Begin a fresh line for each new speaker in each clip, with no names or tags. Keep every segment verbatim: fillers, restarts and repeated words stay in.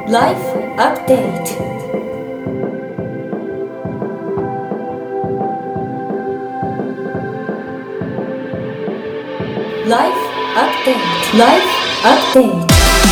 Life Update Life Update Life Update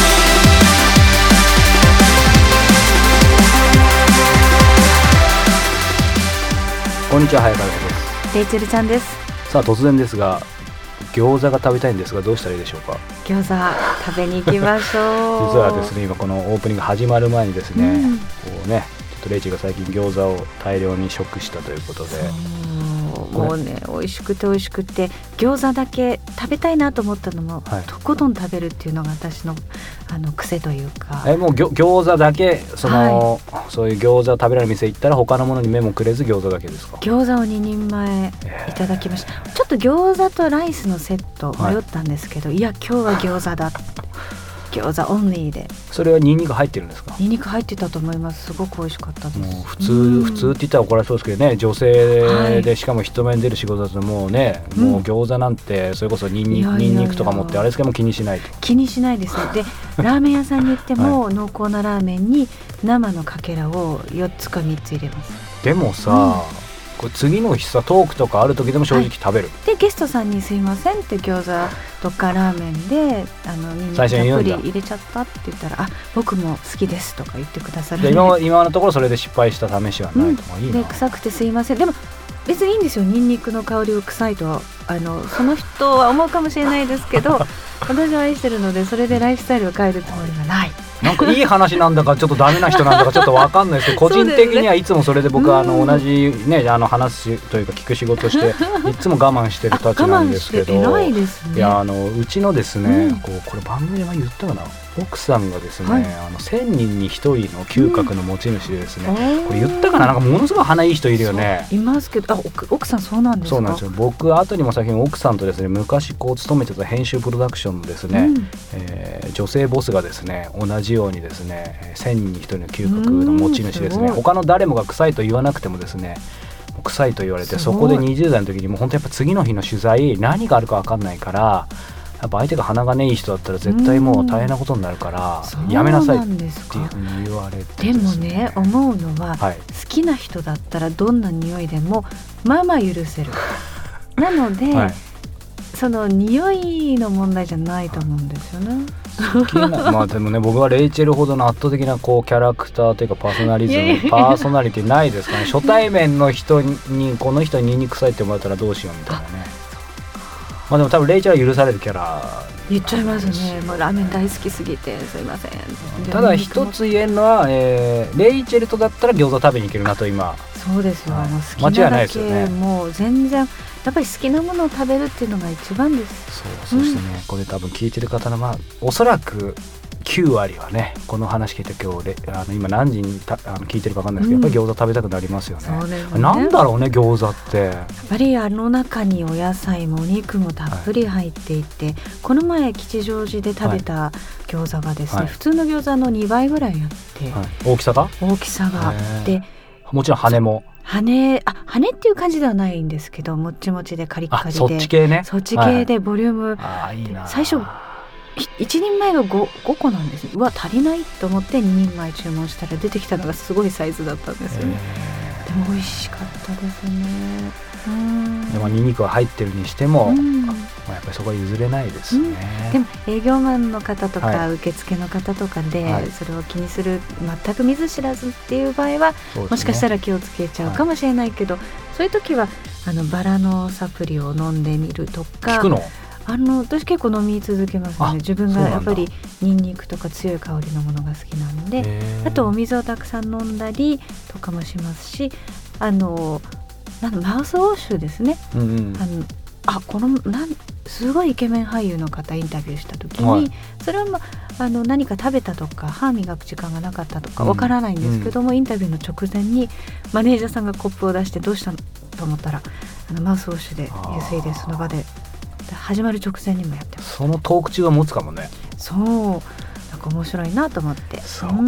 こんにちは、早川です。
レイチェルちゃんです。
さあ、突然ですが餃子が食べたいんですが、どうしたらいいでしょうか。
餃子食べに行きましょう。
実はですね、今このオープニング始まる前にですね、うん、こうねちょっとレイチェルが最近餃子を大量に食したということで、
もうね美味しくて美味しくて餃子だけ食べたいなと思ったのも、はい、とことん食べるっていうのが私のあの癖というか。
えもう餃子だけその、はい、そういう餃子を食べられる店行ったら他のものに目もくれず餃子だけですか。
餃子をににんまえいただきました。ちょっと餃子とライスのセット迷ったんですけど、はい、いや今日は餃子だ餃子オンリーで。そ
れはニンニク入ってるんですか。
ニンニク入ってたと思います。すごく美味しかったです。
もう普通、うん、普通って言ったら怒られそうですけどね、女性でしかも人前に出る仕事だともうね、はい、もう餃子なんてそれこそニンニク、ニンニクとか持ってあれですけども気にしないと。
気にしないです。でラーメン屋さんに行っても、はい、濃厚なラーメンに生のかけらをよっつかみっつ入れます。
でもさ、うんこれ次の日さトークとかある時でも正直食べる、
はい、でゲストさんにすいませんって餃子とかラーメンであのニンニクたっぷり入れちゃったって言ったらあ僕も好きですとか言ってくださる。
で 今, 今のところそれで失敗した試しはないと、うん、いいな。
で臭くてすいません。でも別にいいんですよ。ニンニクの香りを臭いとあのその人は思うかもしれないですけど私は愛してるのでそれでライフスタイルを変えるつもりはない。
なんかいい話なんだかちょっとダメな人なんだかちょっと分かんないですけど個人的にはいつもそれで僕はあの同じねあの話すというか聞く仕事していつも我慢してるたちなんですけど、
偉いですね。
いやあのうちのですね、うん、こうこれ番組で前言ったかな、奥さんがですね、はい、あのせんにんにひとりの嗅覚の持ち主でですね、うん、これ言ったかな、なんかものすごい鼻いい人いるよね。
いますけど、あ奥さんそうなんですか。
そうなんですよ。僕後にも最近奥さんとですね昔こう勤めてた編集プロダクションのですね、うんえー、女性ボスがですね同じようにですねせんにんにひとりの嗅覚の持ち主ですね。他の誰もが臭いと言わなくてもですね臭いと言われて、そこでにじゅう代の時にもう本当やっぱ次の日の取材何があるか分かんないからやっぱ相手が鼻がねいい人だったら絶対もう大変なことになるからやめなさいっていうふうに言われて
で, でもね思うのは、はい、好きな人だったらどんな匂いでもまあまあ許せるなので、はい、その匂いの問題じゃないと思うんですよね。
好きなまあでもね僕はレイチェルほどの圧倒的なこうキャラクターというかパーソナリズムいやいやいやパーソナリティないですかね。初対面の人にこの人にニンニク臭いって思われたらどうしようみたいなね。まあでも多分レイチェルは許されるキャラ
言っちゃいますね。もうラーメン大好きすぎてすいません。
ただ一つ言えるのは、えー、レイチェルとだったら餃子食べに行けるなと今。
そうですよ。あの好きなだけ、ね、もう全然やっぱり好きなものを食べるっていうのが一番です。
そう、そしてね、うん、これ多分聞いてる方のまあおそらくきゅうわりはねこの話聞いて今日あの今何時にたあの聞いてるか分かんないですけど、うん、やっぱり餃子食べたくなりますよね。そうですね。なんだろうね餃子ってや
っぱりあの中にお野菜もお肉もたっぷり入っていて、はい、この前吉祥寺で食べた餃子がですね、はい、普通の餃子のにばいぐらいあって、はい、
大きさが
大きさがで
もちろん羽も
羽あ羽っていう感じではないんですけどもちもちでカリッカリで
そっち系ね。
そっち系でボリューム、はい、
あいいな。
最初いちにんまえが 5, ごこなんですね。うわ足りないと思ってににんまえ注文したら出てきたのがすごいサイズだったんですよね。でも美味しかったですね。うん
でもニンニクは入ってるにしても、うんまあ、やっぱりそこは譲れないですね、
うん、でも営業マンの方とか、はい、受付の方とかで、はい、それを気にする全く見ず知らずっていう場合は、ね、もしかしたら気をつけちゃうかもしれないけど、はい、そういう時はあのバラのサプリを飲んでみるとか。
効くの？
あの私結構飲み続けますね。自分がやっぱりニンニクとか強い香りのものが好きなので、あとお水をたくさん飲んだりとかもしますし、あのなんマウスウォッシュですね、うんうん、あのあこのなんすごいイケメン俳優の方インタビューした時に、はい、それは、ま、あの何か食べたとか歯磨く時間がなかったとかわからないんですけども、うん、インタビューの直前にマネージャーさんがコップを出してどうしたのと思ったらあのマウスウォッシュでゆすいでその場で始まる直前にもやってます。
そのトーク中は持つかもね。
そうなんか面白いなと思って。
そうか、うん、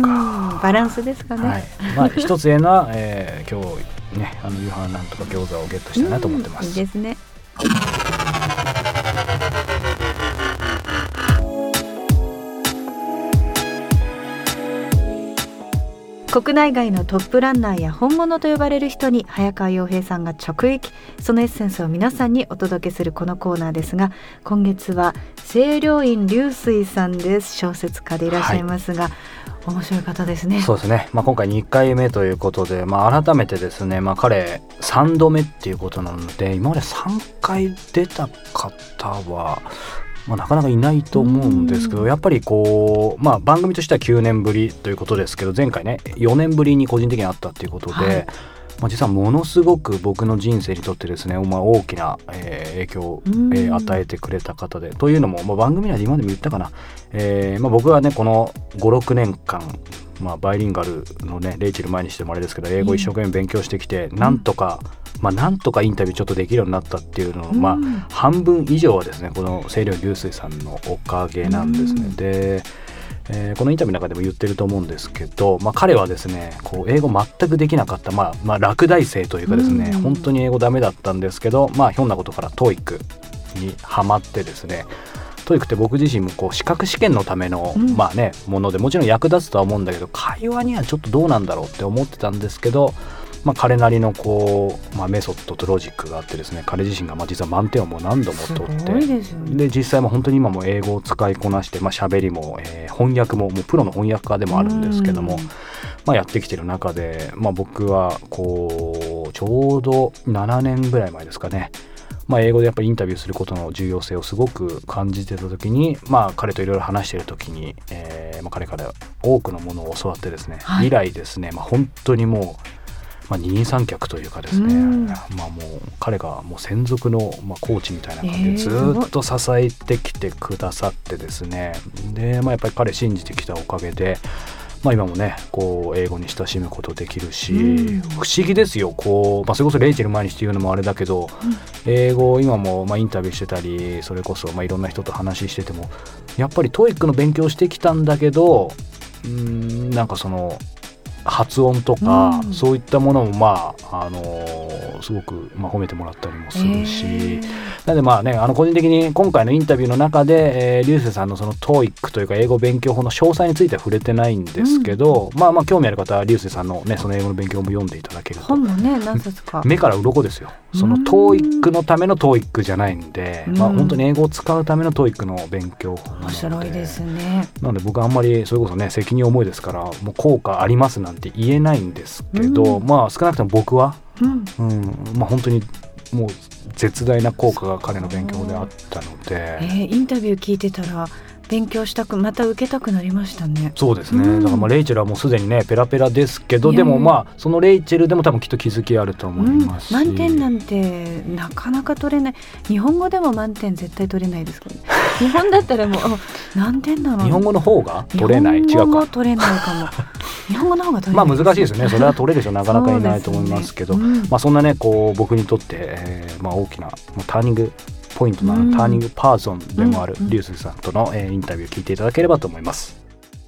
バランスですかね、
はいまあ、一つ言えるのは、えー、今日ねあの夕飯なんとか餃子をゲットしたいなと思ってます、
うん、いいですね。 国内外のトップランナーや本物と呼ばれる人に早川洋平さんが直撃、そのエッセンスを皆さんにお届けするこのコーナーですが、今月は清涼院流水さんです。小説家でいらっしゃいますが、はい、面白い方ですね。
そうですね、まあ、今回にかいめということで、まあ、改めてですね、まあ、彼さんどめっていうことなので、今までさんかい出た方はまあ、なかなかいないと思うんですけど、やっぱりこう、まあ、番組としてはきゅうねんぶりということですけど、前回ねよねんぶりに個人的に会ったっていうことで、はい、まあ、実はものすごく僕の人生にとってですね、まあ、大きな、えー、影響を、えー、与えてくれた方で、というのも、まあ、番組内で今でも言ったかな、えーまあ、僕はねこのごろくねんかん、まあ、バイリンガルのねレイチェル前にしてもあれですけど、英語一生懸命勉強してきて、うん、なんとかまあ、なんとかインタビューちょっとできるようになったっていうのを、うん、まあ、半分以上はですねこの清涼流水さんのおかげなんですね、うん、で、えー、このインタビューの中でも言ってると思うんですけど、まあ、彼はですねこう英語全くできなかった、まあまあ、落第生というかですね、うん、本当に英語ダメだったんですけど、まあ、ひょんなことから トーイック にハマってですね、トーイック って僕自身もこう資格試験のための、うん、まあね、ものでもちろん役立つとは思うんだけど、会話にはちょっとどうなんだろうって思ってたんですけど、まあ、彼なりのこう、まあ、メソッドとロジックがあってですね、彼自身がまあ実は満点をもう何度も取って、
すごいですよね。
で実際も本当に今も英語を使いこなして、まあ、喋りも、えー、翻訳ももうプロの翻訳家でもあるんですけども、まあ、やってきてる中で、まあ、僕はこうちょうどななねんぐらい前ですかね、まあ、英語でやっぱりインタビューすることの重要性をすごく感じてた時に、まあ、彼といろいろ話している時に、えーまあ、彼から多くのものを教わってですね、はい、以来ですね、まあ、本当にもうまあ、二人三脚というかですね、まあ、もう彼がもう専属のまあコーチみたいな感じでずっと支えてきてくださってですね、で、まあ、やっぱり彼信じてきたおかげで、まあ、今もねこう英語に親しむことできるし、不思議ですよこう、まあ、それこそレイチェル前にして言うのもあれだけど、英語を今もまあインタビューしてたり、それこそまあいろんな人と話しててもやっぱり トーイック の勉強してきたんだけど、うーんなんかその発音とか、うん、そういったものもまああのー、すごく、まあ、褒めてもらったりもするし、なのでまあねあの個人的に今回のインタビューの中で、えー、流星さんのその トーイック というか英語勉強法の詳細については触れてないんですけど、うん、まあまあ興味ある方は流星さんのねその英語の勉強も読んでいただけると、
本もね何冊か
目から鱗ですよ。その トーイック のための トーイック じゃないんで、まあ、本当に英語を使うための トーイック の勉強法なので、
面白いですね。
なので僕はあんまりそれこそね責任重いですからもう効果ありますなんて言えないんですけど、うん、まあ少なくとも僕は、うんうんまあ、本当にもう絶大な効果が彼の勉強であったので、
えー、インタビュー聞いてたら勉強したくまた受けたくなりましたね。
そうですね、うん、だからまあレイチェルはもうすでにねペラペラですけど、でもまあそのレイチェルでも多分きっと気づきあると思いますし、
うん、満点なんてなかなか取れない。日本語でも満点絶対取れないですから、ね、日本だったらもう何点だろう。
日本語の方が取れない。違うか、
日本語取れないかも日本語の方が取れない、
まあ難しいですね。それは取れる人なかなかいないと思いますけど、そ、ねうん、まあそんなねこう僕にとって、えー、まあ大きなターニングポイントな、うん、ターニングパーソンでもある流水さんとの、えー、インタビューを聞いていただければと思います。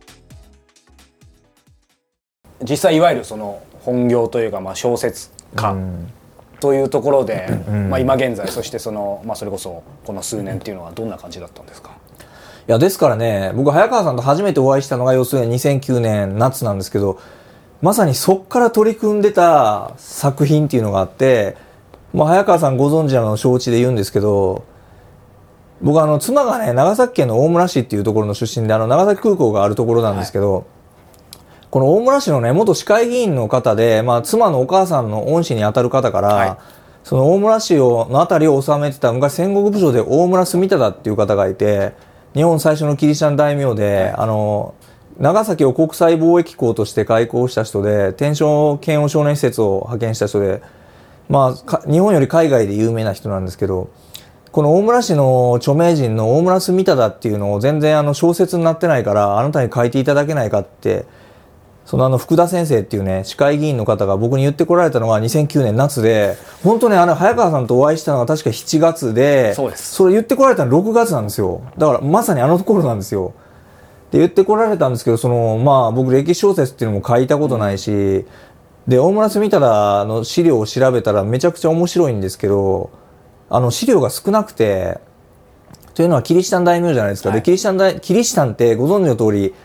実際いわゆるその本業というか、まあ、小説家、うん、というところで、うんまあ、今現在そしてその、まあ、それこそこの数年っていうのはどんな感じだったんですか。
いやですからね、僕早川さんと初めてお会いしたのが要するににせんきゅうねん夏なんですけど、まさにそっから取り組んでた作品っていうのがあって、まあ、早川さんご存知なのを承知で言うんですけど、僕はあの妻がね長崎県の大村市っていうところの出身で、あの長崎空港があるところなんですけど、はい、この大村市のね元市会議員の方で、まあ、妻のお母さんの恩師にあたる方から、はい、その大村市をのあたりを治めてた昔戦国武将で大村住忠っていう方がいて、日本最初のキリシタン大名で、はい、あの長崎を国際貿易港として開港した人で、天正慶応少年施設を派遣した人で、まあ、日本より海外で有名な人なんですけど、この大村市の著名人の大村住忠っていうのを全然あの小説になってないからあなたに書いていただけないかって、そのあの福田先生っていうね市会議員の方が僕に言ってこられたのがにせんきゅうねん夏で、本当ねあの早川さんとお会いしたのが確かしちがつで、そうです。それ言ってこられたのろくがつなんですよ。だからまさにあのところなんですよ。で言ってこられたんですけど、そのまあ僕歴史小説っていうのも書いたことないし、うんで大村住忠の資料を調べたらめちゃくちゃ面白いんですけど、あの資料が少なくて、というのはキリシタン大名じゃないですか、はい、でキリシタン大キリシタンってご存知の通り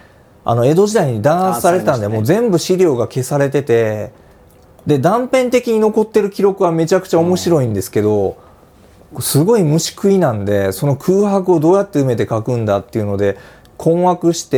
あの江戸時代に弾圧されてたんで、もう全部資料が消されてて、で断片的に残ってる記録はめちゃくちゃ面白いんですけど、すごい虫食いなんで、その空白をどうやって埋めて書くんだっていうので困惑して、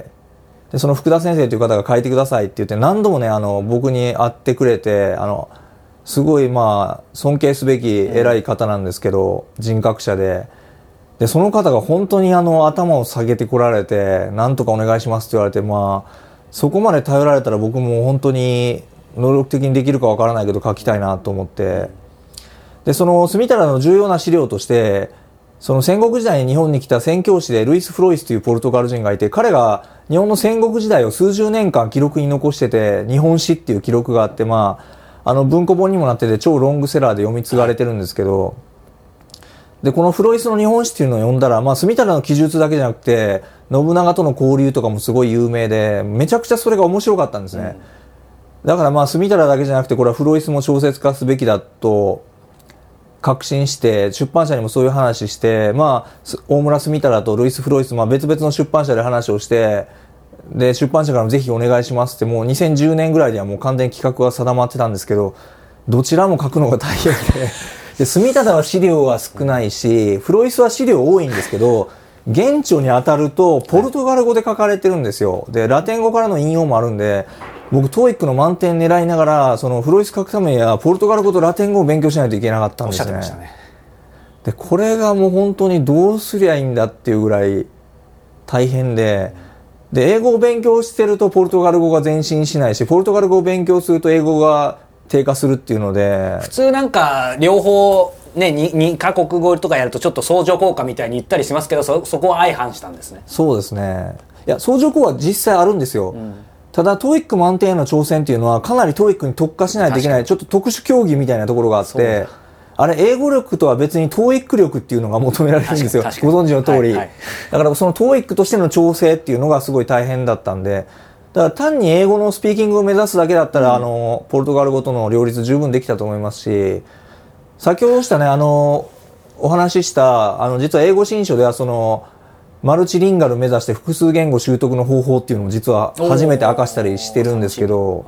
でその福田先生という方が書いてくださいって言って何度もね、あの僕に会ってくれて、あのすごいまあ尊敬すべき偉い方なんですけど、人格者で、でその方が本当にあの頭を下げてこられて、なんとかお願いしますって言われて、まあそこまで頼られたら僕も本当に能力的にできるかわからないけど書きたいなと思って、でその住忠の重要な資料として、その戦国時代に日本に来た宣教師でルイス・フロイスというポルトガル人がいて、彼が日本の戦国時代を数十年間記録に残してて、日本史っていう記録があって、まああの文庫本にもなってて超ロングセラーで読み継がれてるんですけど、でこのフロイスの日本史っていうのを読んだら、まあ住忠の記述だけじゃなくて信長との交流とかもすごい有名で、めちゃくちゃそれが面白かったんですね、うん、だからまあ住忠だけじゃなくてこれはフロイスも小説化すべきだと確信して、出版社にもそういう話して、まあ大村住忠とルイス・フロイス、まあ別々の出版社で話をして、で出版社からもぜひお願いしますって、もうにせんじゅうねんぐらいではもう完全に企画は定まってたんですけど、どちらも書くのが大変でで住忠は資料は少ないし、フロイスは資料多いんですけど、原著に当たるとポルトガル語で書かれてるんですよ。でラテン語からの引用もあるんで、僕トーイックの満点狙いながら、そのフロイス書くためにはポルトガル語とラテン語を勉強しないといけなかったんですね。おっしゃってましたね。でこれがもう本当にどうすりゃいいんだっていうぐらい大変で、で英語を勉強してるとポルトガル語が前進しないし、ポルトガル語を勉強すると英語が低下するっていうので、
普通なんか両方ね、にカ国語とかやるとちょっと相乗効果みたいに言ったりしますけど、 そ, そこは相反したんですね。
そうですね。いや相乗効果は実際あるんですよ、うん、ただトーイック満点への挑戦っていうのはかなりトーイックに特化しないといけない、ちょっと特殊競技みたいなところがあって、あれ英語力とは別にトーイック力っていうのが求められるんですよ。ご存知の通り、はいはい、だからそのトーイックとしての調整っていうのがすごい大変だったんで、だから単に英語のスピーキングを目指すだけだったら、うん、あのポルトガル語との両立十分できたと思いますし、先ほどしたね、あのお話ししたあの実は英語新書ではそのマルチリンガル目指して複数言語習得の方法っていうのを実は初めて明かしたりしてるんですけど、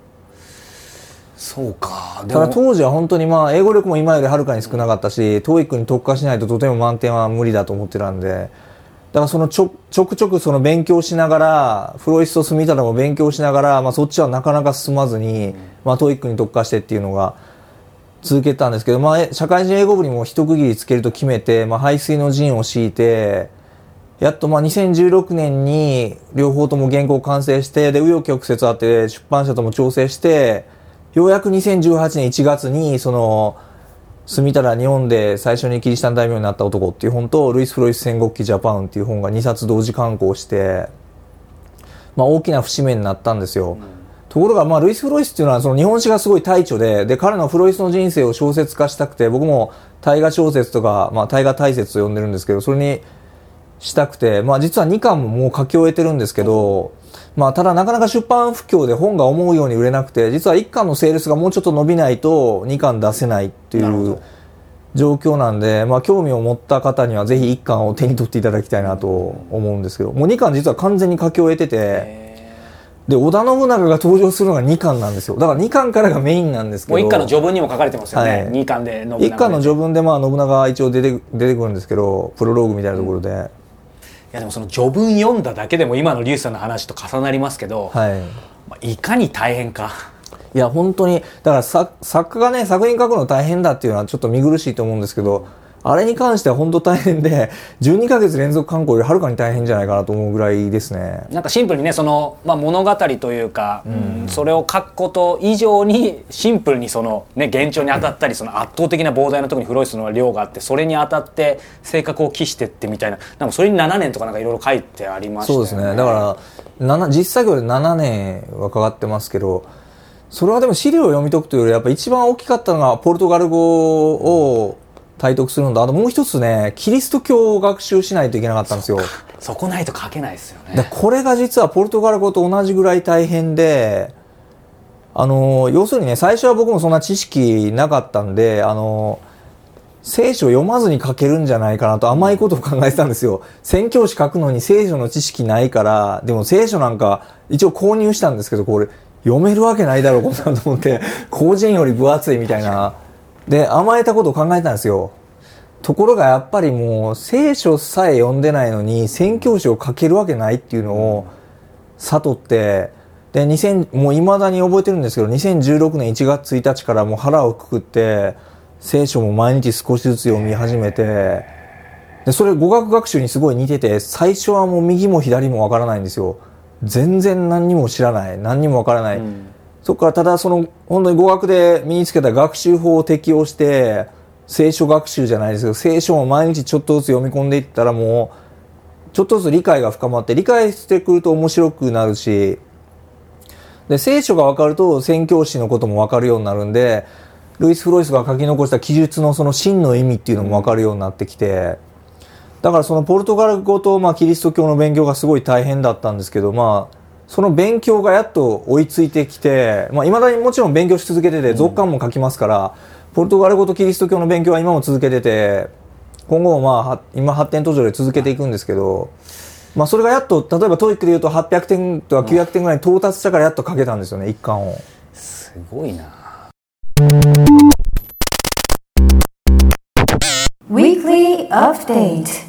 そうか。
ただ当時は本当にまあ英語力も今よりはるかに少なかったし、トーイックに特化しないととても満点は無理だと思ってたんで、だからそのちょちょくちょくその勉強しながら、フロイスと住忠も勉強しながら、まあ、そっちはなかなか進まずに、まあ、トーイックに特化してっていうのが続けたんですけど、まあ、社会人英語部にも一区切りつけると決めて、まあ、背水の陣を敷いて、やっとまあにせんじゅうろくねんに両方とも原稿完成して、で紆余曲折あって出版社とも調整して、ようやくにせんじゅうはちねんいちがつにその住忠日本で最初にキリシタン大名になった男っていう本とルイス・フロイス戦国記ジャパンっていう本がにさつ同時刊行して、まあ、大きな節目になったんですよ、うん、ところがまあルイス・フロイスっていうのはその日本史がすごい大著で、で彼のフロイスの人生を小説化したくて、僕も大河小説とか、まあ、大河大説と呼んでるんですけど、それにしたくて、まあ、実はにかんももう書き終えてるんですけど、まあ、ただなかなか出版不況で本が思うように売れなくて、実はいっかんのセールスがもうちょっと伸びないとにかん出せないっていう状況なんで、まあ、興味を持った方にはぜひいっかんを手に取っていただきたいなと思うんですけど、もうにかん実は完全に書き終えてて、で織田信長が登場するのがにかんなんですよ。だからにかんからがメインなんですけど、
もういっかんの序文にも書かれてますよね、はい、にかんで信長
いっかんの序文でまあ信長一応出て、出てくるんですけど、プロローグみたいなところで、うん、い
やでもその序文読んだだけでも今のリュウさんの話と重なりますけど、はい、まあ、いかに大変か。
いや本当にだから作作家がね作品書くの大変だっていうのはちょっと見苦しいと思うんですけど、あれに関しては本当大変で、じゅうにかげつ連続刊行よりはるかに大変じゃないかなと思うぐらいですね。
なんかシンプルにね、その、まあ、物語というか、うん、それを書くこと以上にシンプルにその、ね、幻聴に当たったり、その圧倒的な膨大なところにフロイスの量があって、それに当たって性格を期してってみたいな、なんかそれにななねんとかなんかいろいろ書いてありましたよね。
そうですね。だから実作業でななねんはかかってますけど、それはでも資料を読み解くというよりやっぱ一番大きかったのがポルトガル語を体得するのと、あともう一つね、キリスト教を学習しないといけなかったんですよ。
そ, そこないと書けないですよね。
でこれが実はポルトガル語と同じぐらい大変で、あの要するにね、最初は僕もそんな知識なかったんで、あの聖書を読まずに書けるんじゃないかなと甘いことを考えてたんですよ。宣教師書くのに聖書の知識ないから、でも聖書なんか一応購入したんですけど、これ読めるわけないだろうこんなんと思って、広辞苑より分厚いみたいな。で、甘えたことを考えたんですよ。ところがやっぱりもう聖書さえ読んでないのに宣教師を書けるわけないっていうのを悟って、で、にせんもう未だに覚えてるんですけど、にせんじゅうろくねんいちがつついたちからもう腹をくくって、聖書も毎日少しずつ読み始めて、でそれ語学学習にすごい似てて、最初はもう右も左もわからないんですよ。全然何にも知らない、何にもわからない、うん、そこからただその本当に語学で身につけた学習法を適用して聖書学習じゃないですけど、聖書を毎日ちょっとずつ読み込んでいったら、もうちょっとずつ理解が深まって、理解してくると面白くなるし、で聖書が分かると宣教師のことも分かるようになるんで、ルイス・フロイスが書き残した記述のその真の意味っていうのも分かるようになってきて、だからそのポルトガル語とまあキリスト教の勉強がすごい大変だったんですけど、まあその勉強がやっと追いついてきて、まあ未だにもちろん勉強し続けてて、続刊も書きますから、ポルトガル語とキリスト教の勉強は今も続けてて、今後もまあ今発展途上で続けていくんですけど、まあそれがやっと例えばトーイックで言うとはっぴゃくてんとかきゅうひゃくてんぐらいに到達したからやっと書けたんですよね、一巻を。
すごいな。
Weekly Update。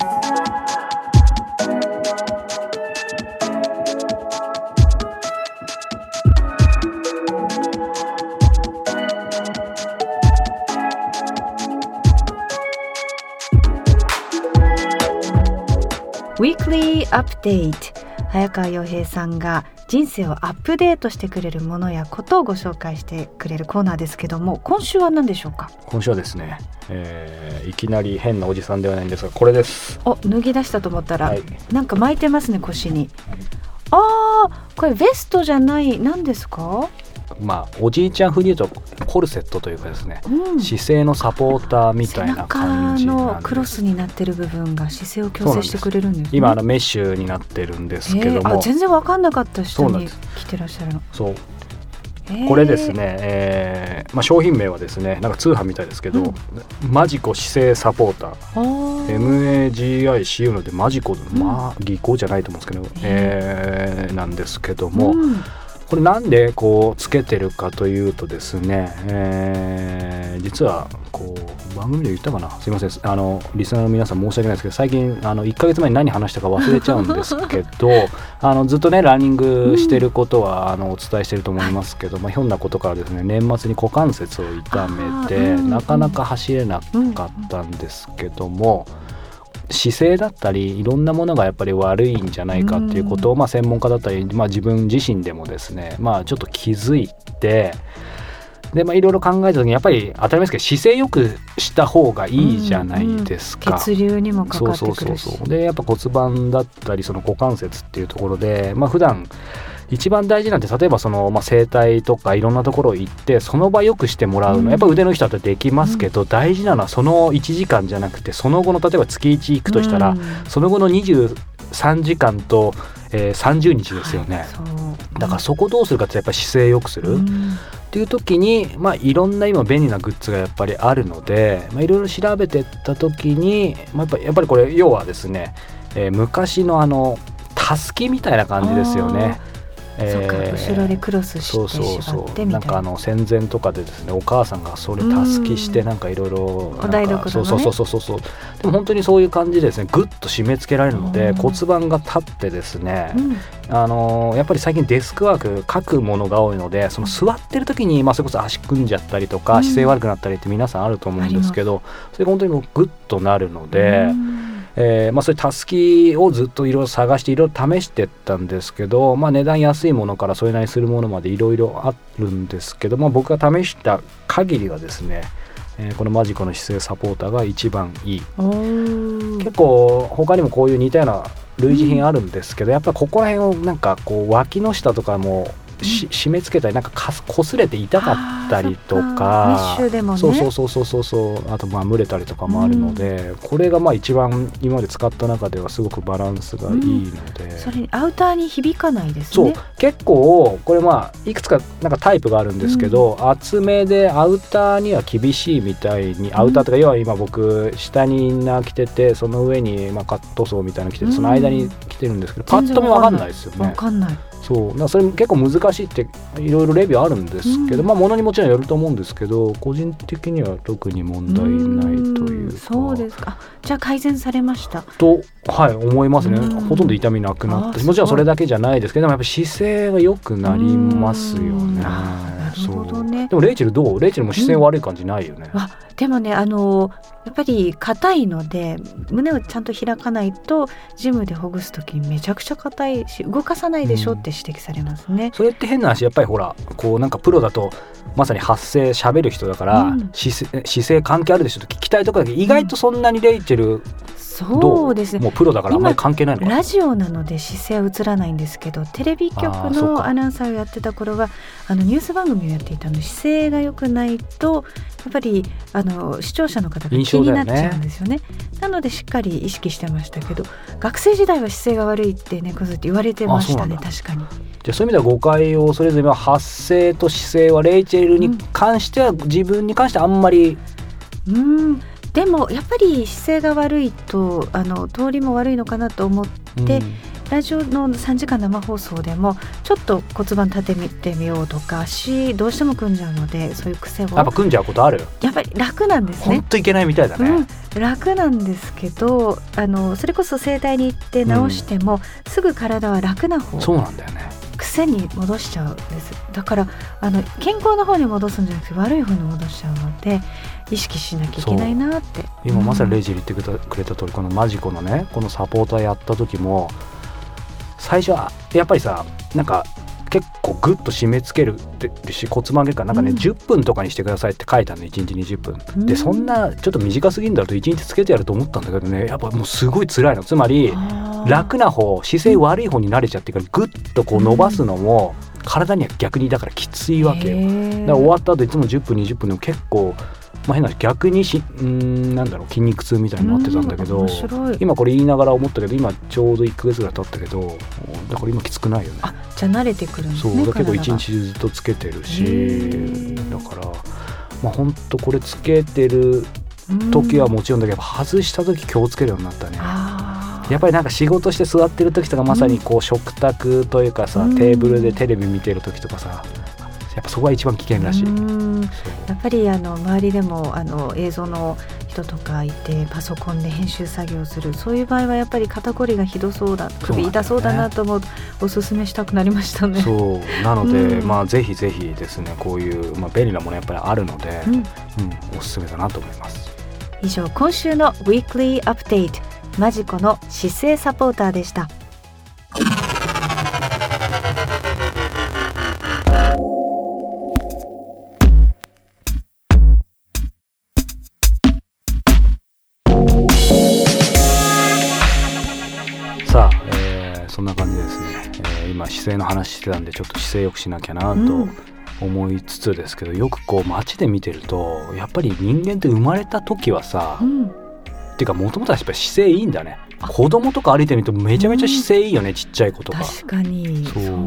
Weekly Update。早川洋平さんが人生をアップデートしてくれるものやことをご紹介してくれるコーナーですけども、今週は何でしょうか？
今週はですね、えー、いきなり変なおじさんではないんですが、これです。
お、脱ぎ出したと思ったら、はい、なんか巻いてますね、腰に。あー、これベストじゃない、何ですか？
まあ、おじいちゃん風に言うとコルセットというかですね、うん、姿勢のサポーターみたいな感じなんです。
背中のクロスになってる部分が姿勢を矯正してくれるんですね。
今あのメッシュになってるんですけども、
あ、全然分かんなかった人に来てらっしゃるの。
そう、これですね、えーまあ、商品名はですね、なんか通販みたいですけど、うん、マジコ姿勢サポーター エムエージーアイシーユー のでマジコ、うん、まあ技巧じゃないと思うんですけど、えー、なんですけども、うん、これなんでこうつけてるかというとですね、えー、実はこう番組で言ったかな、すいません、あのリスナーの皆さん申し訳ないですけど、最近あのいっかげつまえに何話したか忘れちゃうんですけどあのずっとねランニングしてることは、うん、あのお伝えしてると思いますけど、まあ、ひょんなことからですね、年末に股関節を痛めて、うん、なかなか走れなかったんですけども、うん、姿勢だったりいろんなものがやっぱり悪いんじゃないかっていうことを、まあ、専門家だったり、まあ、自分自身でもですね、まあ、ちょっと気づいて、で、まあ、いろいろ考えた時にやっぱり当たり前ですけど姿勢よくした方がいいじゃないですか、
うんうん、血流にもかかってくるし、
そうそうそうそう。でやっぱ骨盤だったりその股関節っていうところで、まあ、普段一番大事なんて、例えばその、まあ、整体とかいろんなところ行ってその場よくしてもらうの、うん、やっぱ腕の人だとできますけど、うん、大事なのはそのいちじかんじゃなくて、その後の例えば月いち行くとしたら、うん、その後のにじゅうさんじかんと、えー、さんじゅうにちですよね、はい、だからそこどうするかってやっぱり姿勢よくする、うん、っていう時に、まあ、いろんな今便利なグッズがやっぱりあるので、まあ、いろいろ調べてった時に、まあ、やっぱり、やっぱりこれ要はですね、えー、昔のあのたすきみたいな感じですよね。
そうか、後ろでクロスして縛ってみたいな。そうそうそう、なんかあの戦前とかでですね、お母さんがそれたすきしてなんかいろいろお台所のね、そうそうそうそうそう、でも本当にそういう感じでですね、ぐっと締め付けられるので骨盤が立ってですね、うん、あのやっぱり最近デスクワーク書くものが多いので、その座ってる時に、まあ、それこそ足組んじゃったりとか、うん、姿勢悪くなったりって皆さんあると思うんですけど、それが本当にもうぐっとなるので、うんえーまあ、そういうたすきをずっといろいろ探していろいろ試してったんですけど、まあ、値段安いものからそれなりにするものまでいろいろあるんですけど、まあ、僕が試した限りはですね、えー、このマジコの姿勢サポーターが一番いい。結構他にもこういう似たような類似品あるんですけど、やっぱりここら辺をなんかこう脇の下とかも
し締め付けたりなんかか擦れて痛かったりとか、
メッシュでもね、
そうそうそうそうそうそうあとまあ蒸れたりとかもあるので、うん、これがまあ一番今まで使った中ではすごくバランスがいいので、うん、
それにアウターに響かないですね。
そう結構これまあいくつかなんかタイプがあるんですけど、うん、厚めでアウターには厳しいみたいに、アウターとか要は今僕下にインナー着ててその上にまあカットソーみたいなの着てて、その間に着てるんですけど、パッと見分かんないですよね。
分かんない。
そうだからそれ結構難しいっていろいろレビューあるんですけど、うん、まあものにもちろんよると思うんですけど、個人的には特に問題ないというか。う
そうですか。じゃあ改善されました
と、はい、思いますね。ほとんど痛みなくなって、もちろんそれだけじゃないですけど、でもやっぱ姿勢が良くなりますよね。
なるほどね。
でもレイチェルどう？レイチェルも姿勢悪い感じないよね。
うん、あでもね、あのやっぱり硬いので胸をちゃんと開かないとジムでほぐすときにめちゃくちゃ硬いし動かさないでしょって指摘されますね。うん、
それって変な話、やっぱりほらこうなんかプロだとまさに発声喋る人だから、うん、姿勢関係あるでしょと聞きたいところだけど、意外とそんなにレイチェル、うん
そうですね、
もうプロだからあんまり関係ないのかな。
ラジオなので姿勢は映らないんですけど、テレビ局のアナウンサーをやってた頃はあのニュース番組をやっていたので、姿勢が良くないとやっぱりあの視聴者の方が気になっちゃうんですよね。なのでしっかり意識してましたけど、学生時代は姿勢が悪いって猫背って言われてましたね。確かに。
じゃあそういう意味では誤解を恐れずに、発声と姿勢はレイチェルに関しては、うん、自分に関してはあんまり
うんでもやっぱり姿勢が悪いとあの通りも悪いのかなと思って、うん、ラジオのさんじかん生放送でもちょっと骨盤立ててみようとか、足どうしても組んじゃうので、そういう癖を
やっぱ組んじゃうことある。
やっぱり楽なんですね。
ほんといけないみたいだね。
うん、楽なんですけど、あのそれこそ整体に行って直しても、うん、すぐ体は楽な方。
そうなんだよね。
癖に戻しちゃうんです。だからあの健康の方に戻すんじゃなくて悪い方に戻しちゃうので、意識しなきゃいけないなって。
今まさにレイジ言ってくれた、くれた通り、このマジコのねこのサポーターやった時も最初はやっぱりさ、なんか結構グッと締め付けるし、骨盤外科なんかね、うん、じゅっぷんとかにしてくださいって書いたの、いちにちにじゅっぷん、うん、でそんなちょっと短すぎるんだろうといちにちつけてやると思ったんだけどね、やっぱもうすごい辛いの。つまり楽な方、姿勢悪い方に慣れちゃってからグッとこう伸ばすのも、うん、体には逆にだからきついわけよ。だから終わった後いつもじゅっぷんにじゅっぷんでも結構、まあ、変な逆にしんーなんだろう筋肉痛みたいになってたんだけど、今これ言いながら思ったけど、今ちょうどいっかげつぐらい経ったけど、だから今きつくないよね。
あ、じゃあ慣れてくるんですね。
そうだけどいちにちずっとつけてるし、だからまあ本当これつけてる時はもちろんだけど、外した時気をつけるようになったね。やっぱりなんか仕事して座ってる時とか、まさにこう食卓というかさ、うん、テーブルでテレビ見てる時とかさ、やっぱそこが一番危険らしい。
うんやっぱりあの周りでもあの映像の人とかいて、パソコンで編集作業する、そういう場合はやっぱり肩こりがひどそうだ、首痛そうだなと思うと、おすすめしたくなりましたね。
そうなので、うん、まあぜひぜひですね、こういう、まあ、便利なものやっぱりあるので、うんうん、おすすめだなと思います。
以上、今週のウィークリーアップデート、マジコの姿勢サポーターでした。
さあ、えー、そんな感じですね、えー、今姿勢の話してたんで、ちょっと姿勢よくしなきゃなと思いつつですけど、うん、よくこう街で見てると、やっぱり人間って生まれた時はさ、うん、っていうかもともとはやっぱり姿勢いいんだね。子供とか歩いてみるとめちゃめちゃ姿勢いいよね、うん、ちっちゃい子とか。
確かにそうそう、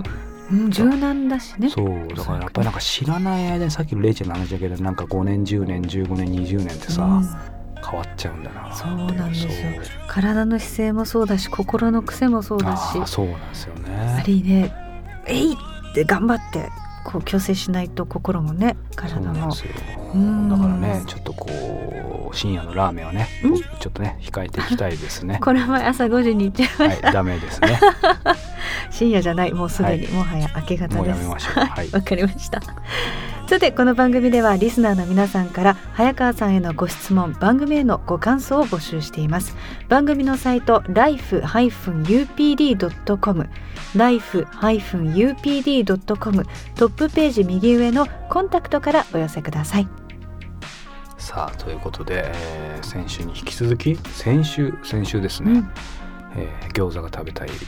うん、柔軟だしね。
そうだからやっぱりなんか知らない間に、さっきのレイチェルの話だけど、なんかごねんじゅうねんじゅうごねんにじゅうねんってさ、うん変わっちゃうんだな。
そうなんですよ。体の姿勢もそうだし、心の癖もそうだし。
あそうなんですよね。
やっぱりね、えいって頑張ってこう矯正しないと、心もね体も。そうなんですよ。うん
だからね、ちょっとこう深夜のラーメンはね、ちょっとね控えていきたいですね。
これ前朝ごじに行っちゃいました。
はい、ダメですね。
深夜じゃない、もうすでに、はい、もはや明け方です。もう
やめましょう。はい、
わかりました。さて、この番組ではリスナーの皆さんから早川さんへのご質問、番組へのご感想を募集しています。番組のサイト ライフ ユーピーディー ドット コム ライフ ユーピーディー ドット コム トップページ右上のコンタクトからお寄せください。
さあということで、えー、先週に引き続き先週先週ですね、うんえー、餃子が食べたい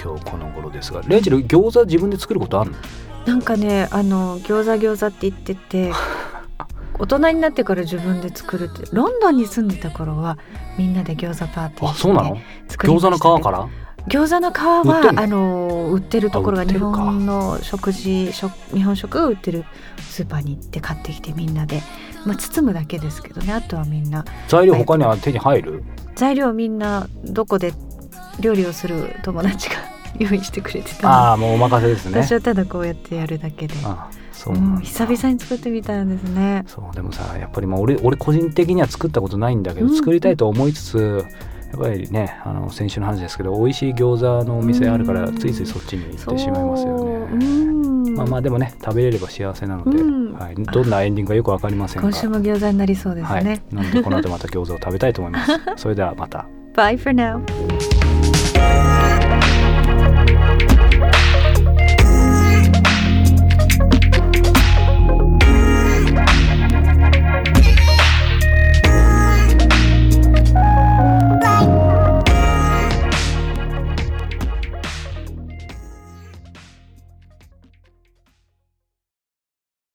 今日この頃ですが、レイチェル餃子自分で作ることあるの？
なんかねあの餃子餃子って言ってて大人になってから自分で作るって。ロンドンに住んでた頃はみんなで餃子パーティーして作りましたね。
餃子の皮から
餃子の皮はあの売ってるところが日本の食事食日本食を売ってるスーパーに行って買ってきてみんなで、まあ、包むだけですけどね。あとはみんな
材料他には手に入る？材
料みんなどこで料理をする友達が用意してくれてた。
ああもうお任せですね。
私はただこうやってやるだけで。ああ
そうなんだ。
うん、久々に作ってみたんですね。
そうでもさやっぱりまあ 俺, 俺個人的には作ったことないんだけど、うん、作りたいと思いつつやっぱりねあの先週の話ですけど美味しい餃子のお店あるからついついそっちに行ってしまいますよね。まあまあでもね食べれれば幸せなので、はい、どんなエンディングかよく分かりませんが
今週も餃子になりそうですね、はい、
なのでこの後また餃子を食べたいと思いますそれではまた
Bye for now